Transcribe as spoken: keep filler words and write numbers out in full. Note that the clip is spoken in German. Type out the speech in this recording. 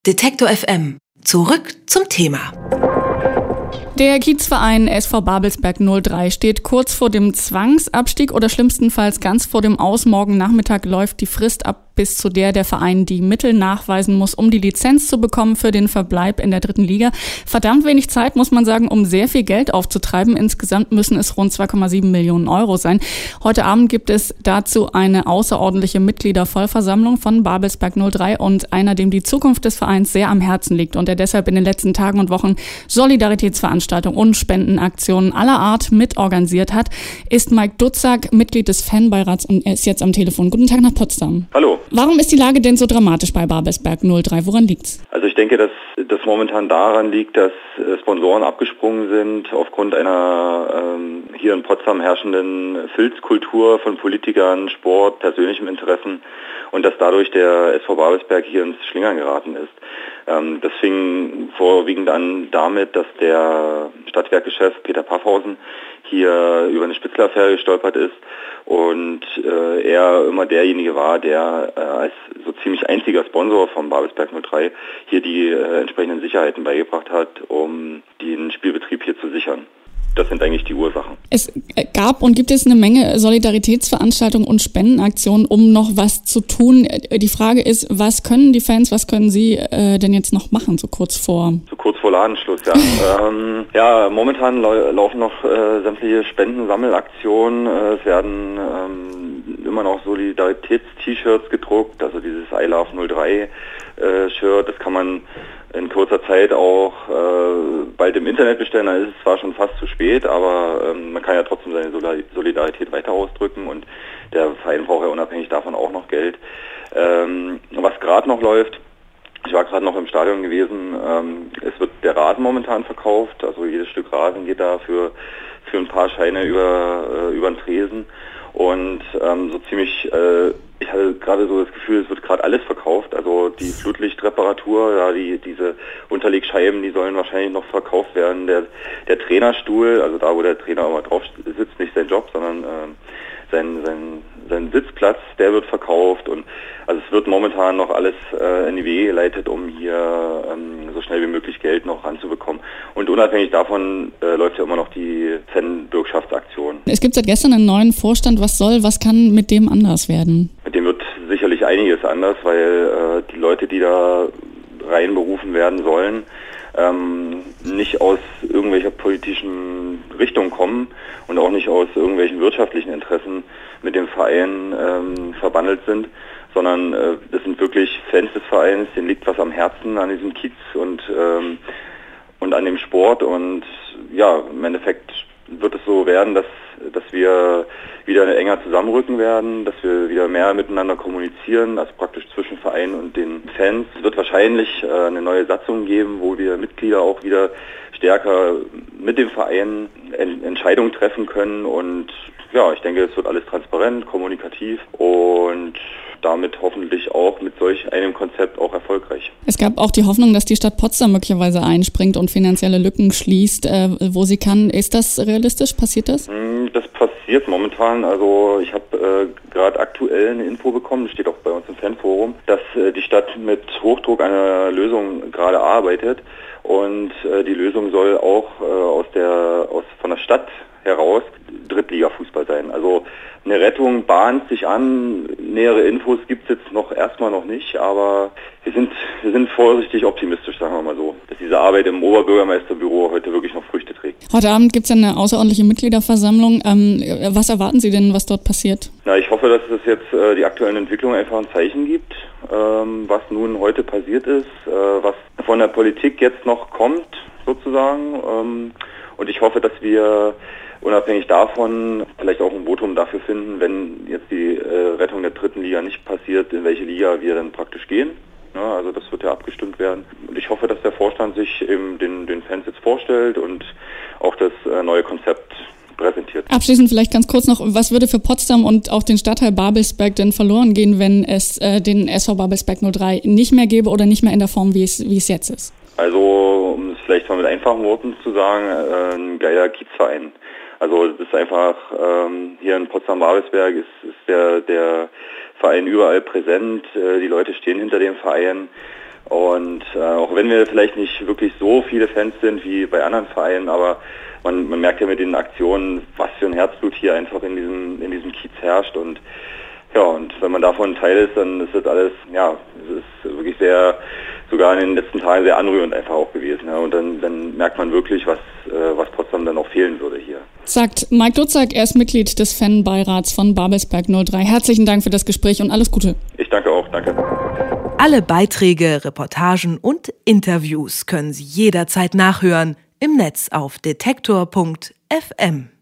Detektor F M. Zurück zum Thema. Der Kiezverein S V Babelsberg null drei steht kurz vor dem Zwangsabstieg oder schlimmstenfalls ganz vor dem Aus. Morgen Nachmittag läuft die Frist ab, bis zu der der Verein die Mittel nachweisen muss, um die Lizenz zu bekommen für den Verbleib in der dritten Liga. Verdammt wenig Zeit, muss man sagen, um sehr viel Geld aufzutreiben. Insgesamt müssen es rund zwei Komma sieben Millionen Euro sein. Heute Abend gibt es dazu eine außerordentliche Mitgliedervollversammlung von Babelsberg null drei und einer, dem die Zukunft des Vereins sehr am Herzen liegt und der deshalb in den letzten Tagen und Wochen Solidaritätsveranstaltungen und Spendenaktionen aller Art mitorganisiert hat, ist Mike Dutzak, Mitglied des Fanbeirats und er ist jetzt am Telefon. Guten Tag nach Potsdam. Hallo. Warum ist die Lage denn so dramatisch bei Babelsberg null drei? Woran liegt's? Also ich denke, dass das momentan daran liegt, dass Sponsoren abgesprungen sind aufgrund einer ähm, hier in Potsdam herrschenden Filzkultur von Politikern, Sport, persönlichem Interessen und dass dadurch der S V Babelsberg hier ins Schlingern geraten ist. Ähm, das fing vorwiegend an damit, dass der Stadtwerkechef Peter Paffhausen hier über eine Spitzler-Affäre gestolpert ist und äh, er immer derjenige war, der äh, als so ziemlich einziger Sponsor vom Babelsberg null drei hier die äh, entsprechenden Sicherheiten beigebracht hat, um den Spielbetrieb hier zu sichern. Das sind eigentlich die Ursachen. Es gab und gibt es eine Menge Solidaritätsveranstaltungen und Spendenaktionen, um noch was zu tun. Die Frage ist, was können die Fans, was können Sie äh, denn jetzt noch machen, so kurz vor? So kurz vor Ladenschluss, ja. ähm, ja, momentan lau- laufen noch äh, sämtliche Spendensammelaktionen. Äh, es werden ähm, immer noch Solidaritäts-T-Shirts gedruckt, also dieses I Love null drei äh, Shirt. Das kann man in kurzer Zeit auch äh, bald im Internet bestellen. Da ist es zwar schon fast zu spät, aber ähm, man kann ja trotzdem seine Solidarität weiter ausdrücken und der Verein braucht ja unabhängig davon auch noch Geld. Ähm, was gerade noch läuft, ich war gerade noch im Stadion gewesen, ähm, es wird der Rasen momentan verkauft, also jedes Stück Rasen geht da für, für ein paar Scheine über, äh, über den Tresen und ähm, so ziemlich... Äh, Ich hatte gerade so das Gefühl, es wird gerade alles verkauft. Also die Flutlichtreparatur, ja, die, diese Unterlegscheiben, die sollen wahrscheinlich noch verkauft werden. Der, der Trainerstuhl, also da, wo der Trainer immer drauf sitzt, nicht sein Job, sondern äh, sein, sein, sein Sitzplatz, der wird verkauft. Und also es wird momentan noch alles äh, in die Wege geleitet, um hier ähm, so schnell wie möglich Geld noch ranzubekommen. Und unabhängig davon äh, läuft ja immer noch die Fan-Bürgschaftsaktion. Es gibt seit gestern einen neuen Vorstand. Was soll, was kann mit dem anders werden? Mit dem wird sicherlich einiges anders, weil äh, die Leute, die da reinberufen werden sollen, ähm, nicht aus irgendwelcher politischen Richtung kommen und auch nicht aus irgendwelchen wirtschaftlichen Interessen mit dem Verein ähm, verbandelt sind, sondern äh, das sind wirklich Fans des Vereins, denen liegt was am Herzen an diesem Kiez und, ähm, und an dem Sport und ja, im Endeffekt wird es so werden, dass, dass wir wieder enger zusammenrücken werden, dass wir wieder mehr miteinander kommunizieren, also praktisch zwischen Verein und den Fans. Es wird wahrscheinlich äh, eine neue Satzung geben, wo wir Mitglieder auch wieder stärker mit dem Verein en- Entscheidungen treffen können und ja, ich denke, es wird alles transparent, kommunikativ und damit hoffentlich auch mit solch einem Konzept auch erfolgreich. Es gab auch die Hoffnung, dass die Stadt Potsdam möglicherweise einspringt und finanzielle Lücken schließt, äh, wo sie kann. Ist das realistisch? Passiert das? Das passiert momentan. Also ich habe äh, gerade aktuell eine Info bekommen, das steht auch bei uns im Fanforum, dass äh, die Stadt mit Hochdruck an einer Lösung gerade arbeitet und äh, die Lösung soll auch äh, aus der aus von der Stadt heraus Drittliga-Fußball sein. Also eine Rettung bahnt sich an. Nähere Infos gibt es jetzt noch erstmal noch nicht, aber wir sind, wir sind vorsichtig optimistisch, sagen wir mal so, dass diese Arbeit im Oberbürgermeisterbüro heute wirklich noch Früchte trägt. Heute Abend gibt es eine außerordentliche Mitgliederversammlung. Ähm, was erwarten Sie denn, was dort passiert? Na, ich hoffe, dass es jetzt äh, die aktuellen Entwicklungen einfach ein Zeichen gibt, ähm, was nun heute passiert ist, äh, was von der Politik jetzt noch kommt, sozusagen. Ähm, und ich hoffe, dass wir unabhängig davon vielleicht auch ein Votum dafür finden, wenn jetzt die äh, Rettung der dritten Liga nicht passiert, in welche Liga wir dann praktisch gehen. Ja, also das wird ja abgestimmt werden. Und ich hoffe, dass der Vorstand sich eben den, den Fans jetzt vorstellt und auch das äh, neue Konzept präsentiert. Abschließend vielleicht ganz kurz noch, was würde für Potsdam und auch den Stadtteil Babelsberg denn verloren gehen, wenn es äh, den S V Babelsberg null drei nicht mehr gäbe oder nicht mehr in der Form, wie es, wie es jetzt ist? Also, um es vielleicht mal mit einfachen Worten zu sagen, äh, ein geiler Kiezverein. Also das ist einfach, ähm, hier in Potsdam-Babelsberg ist, ist der, der Verein überall präsent, äh, die Leute stehen hinter dem Verein Und äh, auch wenn wir vielleicht nicht wirklich so viele Fans sind wie bei anderen Vereinen, aber man, man merkt ja mit den Aktionen, was für ein Herzblut hier einfach in diesem, in diesem Kiez herrscht. Und ja, und wenn man davon Teil ist, dann ist das alles, ja, es ist wirklich sehr, sogar in den letzten Tagen sehr anrührend einfach auch gewesen. Ja. Und dann, dann merkt man wirklich, was, äh, was Potsdam dann auch fehlen würde hier. Sagt Mike Dutzak, er ist Mitglied des Fanbeirats von Babelsberg null drei. Herzlichen Dank für das Gespräch und alles Gute. Ich danke auch, danke. Alle Beiträge, Reportagen und Interviews können Sie jederzeit nachhören im Netz auf detektor punkt f m.